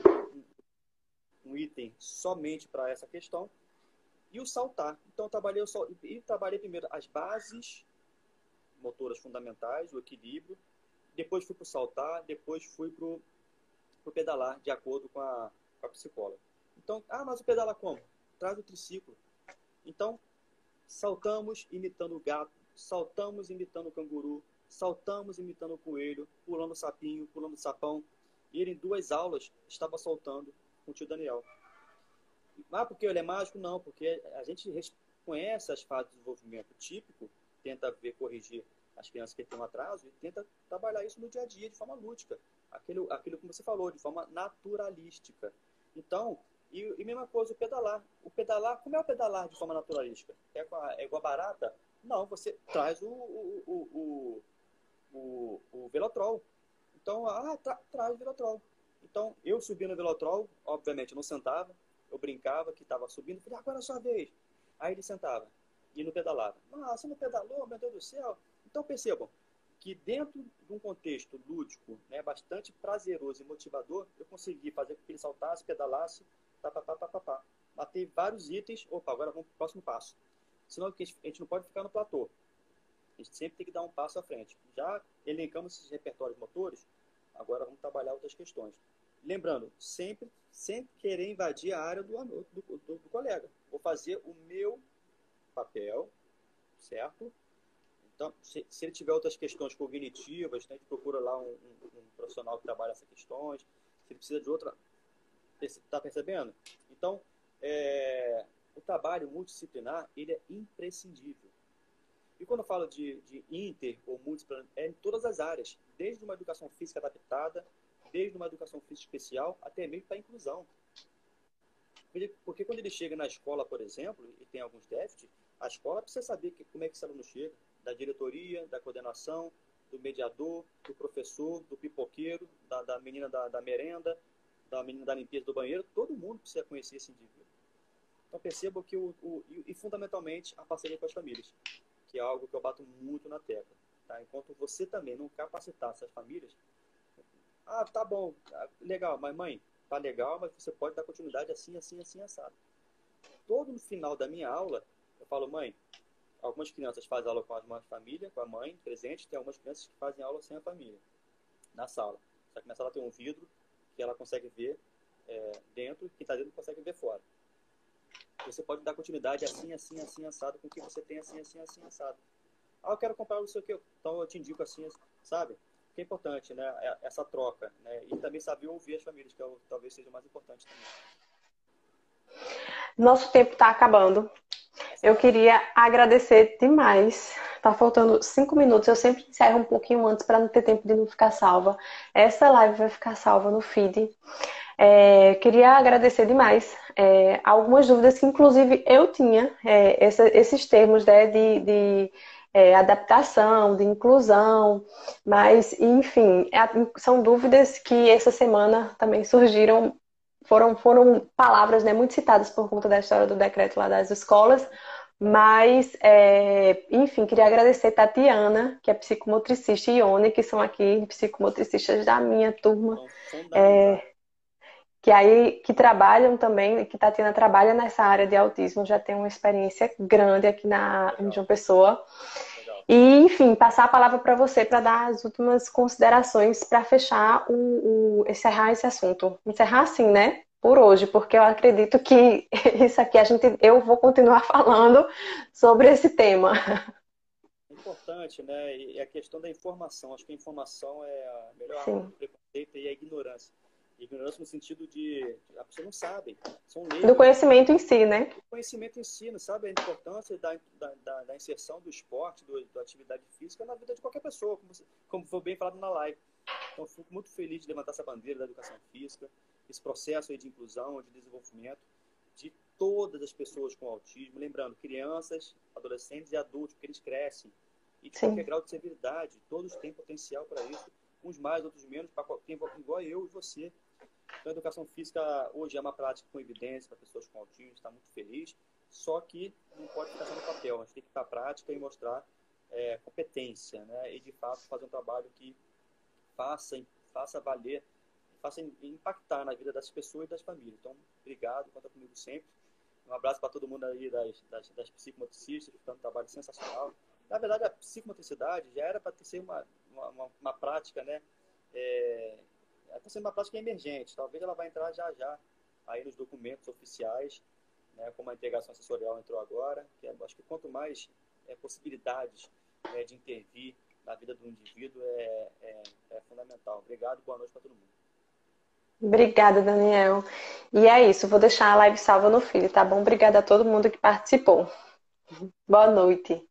um item somente para essa questão, e o saltar. Então, eu trabalhei primeiro as bases motoras fundamentais, o equilíbrio, depois fui para o saltar, depois fui para o pedalar, de acordo com a psicóloga. Então, mas o pedala como? Traz o triciclo. Então, saltamos imitando o gato, saltamos imitando o canguru, saltamos imitando o coelho, pulando o sapinho, pulando o sapão. E ele, em 2 aulas, estava saltando com o tio Daniel. Porque ele é mágico? Não, porque a gente conhece as fases de desenvolvimento típico, tenta corrigir as crianças que têm um atraso e tenta trabalhar isso no dia a dia, de forma lúdica. Aquilo como você falou, de forma naturalística. Então, e mesma coisa, o pedalar. O pedalar, como é o pedalar de forma naturalística? É igual a barata? Não, você traz o Velotrol. Então, traz o Velotrol. Então, eu subi no Velotrol, obviamente eu não sentava, eu brincava que estava subindo, falei, agora é a sua vez. Aí ele sentava e não pedalava. Ah, você não pedalou, meu Deus do céu. Então, percebam que dentro de um contexto lúdico, né, bastante prazeroso e motivador, eu consegui fazer com que ele saltasse, pedalasse, pá. Matei vários itens, opa, agora vamos para o próximo passo. Senão a gente não pode ficar no platô. A gente sempre tem que dar um passo à frente. Já elencamos esses repertórios motores, agora vamos trabalhar outras questões. Lembrando, sempre querer invadir a área do colega. Vou fazer o meu papel, certo? Então, se ele tiver outras questões cognitivas, né, a gente procura lá um profissional que trabalha essas questões. Se ele precisa de outra... Está percebendo? Então, o trabalho multidisciplinar, ele é imprescindível. E quando eu falo de inter ou multidisciplinar, é em todas as áreas, desde uma educação física adaptada, desde uma educação física especial, até mesmo para a inclusão. Porque quando ele chega na escola, por exemplo, e tem alguns déficits, a escola precisa saber como é que esse aluno chega, da diretoria, da coordenação, do mediador, do professor, do pipoqueiro, da menina da merenda, da menina da limpeza do banheiro, todo mundo precisa conhecer esse indivíduo. Então percebam que, e fundamentalmente, a parceria com as famílias, que é algo que eu bato muito na tecla. Tá? Enquanto você também não capacitar essas famílias, tá bom, legal, mas mãe, tá legal, mas você pode dar continuidade assim, assado. Todo no final da minha aula, eu falo, mãe, algumas crianças fazem aula com a família, com a mãe presente, tem algumas crianças que fazem aula sem a família, na sala. Só que na sala tem um vidro que ela consegue ver dentro, e quem está dentro consegue ver fora. Você pode dar continuidade assim, assado, com o que você tem assim, assado. Eu quero comprar não sei o que, então eu te indico assim, sabe? Que é importante, né? Essa troca, né? E também saber ouvir as famílias, que talvez seja o mais importante também. Nosso tempo está acabando. Eu queria agradecer demais. Tá faltando 5 minutos. Eu sempre encerro um pouquinho antes para não ter tempo de não ficar salva. Essa live vai ficar salva no feed. Queria agradecer demais. Algumas dúvidas que, inclusive, eu tinha. Esses termos, né, de adaptação, de inclusão. Mas, enfim, são dúvidas que essa semana também surgiram. Foram palavras, né, muito citadas por conta da história do decreto lá das escolas, mas, enfim, queria agradecer Tatiana, que é psicomotricista, e Ione, que são aqui psicomotricistas da minha turma, que trabalham também, que Tatiana trabalha nessa área de autismo, já tem uma experiência grande aqui em João Pessoa. E, enfim, passar a palavra para você para dar as últimas considerações para fechar encerrar esse assunto. Encerrar assim, né? Por hoje, porque eu acredito que isso aqui eu vou continuar falando sobre esse tema. É importante, né? E a questão da informação. Acho que a informação é a melhor Sim. arma do preconceito e a ignorância. Ignorância no sentido de a pessoa não sabe, são leigos. Do conhecimento em si, né? O conhecimento em si, não sabe a importância da inserção do esporte, da atividade física na vida de qualquer pessoa, como foi bem falado na live. Então, fico muito feliz de levantar essa bandeira da educação física, esse processo aí de inclusão, de desenvolvimento de todas as pessoas com autismo. Lembrando, crianças, adolescentes e adultos, porque eles crescem. E de qualquer grau de severidade, todos têm potencial para isso, uns mais, outros menos, para quem igual eu e você. Então, a educação física hoje é uma prática com evidência para pessoas com autismo, está muito feliz, só que não pode ficar só no papel, a gente tem que ir para a prática e mostrar competência, né? E, de fato, fazer um trabalho que faça valer, faça impactar na vida das pessoas e das famílias. Então, obrigado, conta comigo sempre. Um abraço para todo mundo aí das psicomotricistas, que estão um trabalho sensacional. Na verdade, a psicomotricidade já era para ser uma prática, né? Está sendo uma prática emergente. Talvez ela vai entrar já aí nos documentos oficiais, né? Como a integração sensorial entrou agora. Acho que quanto mais possibilidades de intervir na vida do indivíduo é fundamental. Obrigado, boa noite para todo mundo. Obrigada, Daniel. E é isso, vou deixar a live salva no feed, tá bom? Obrigada a todo mundo que participou. Boa noite.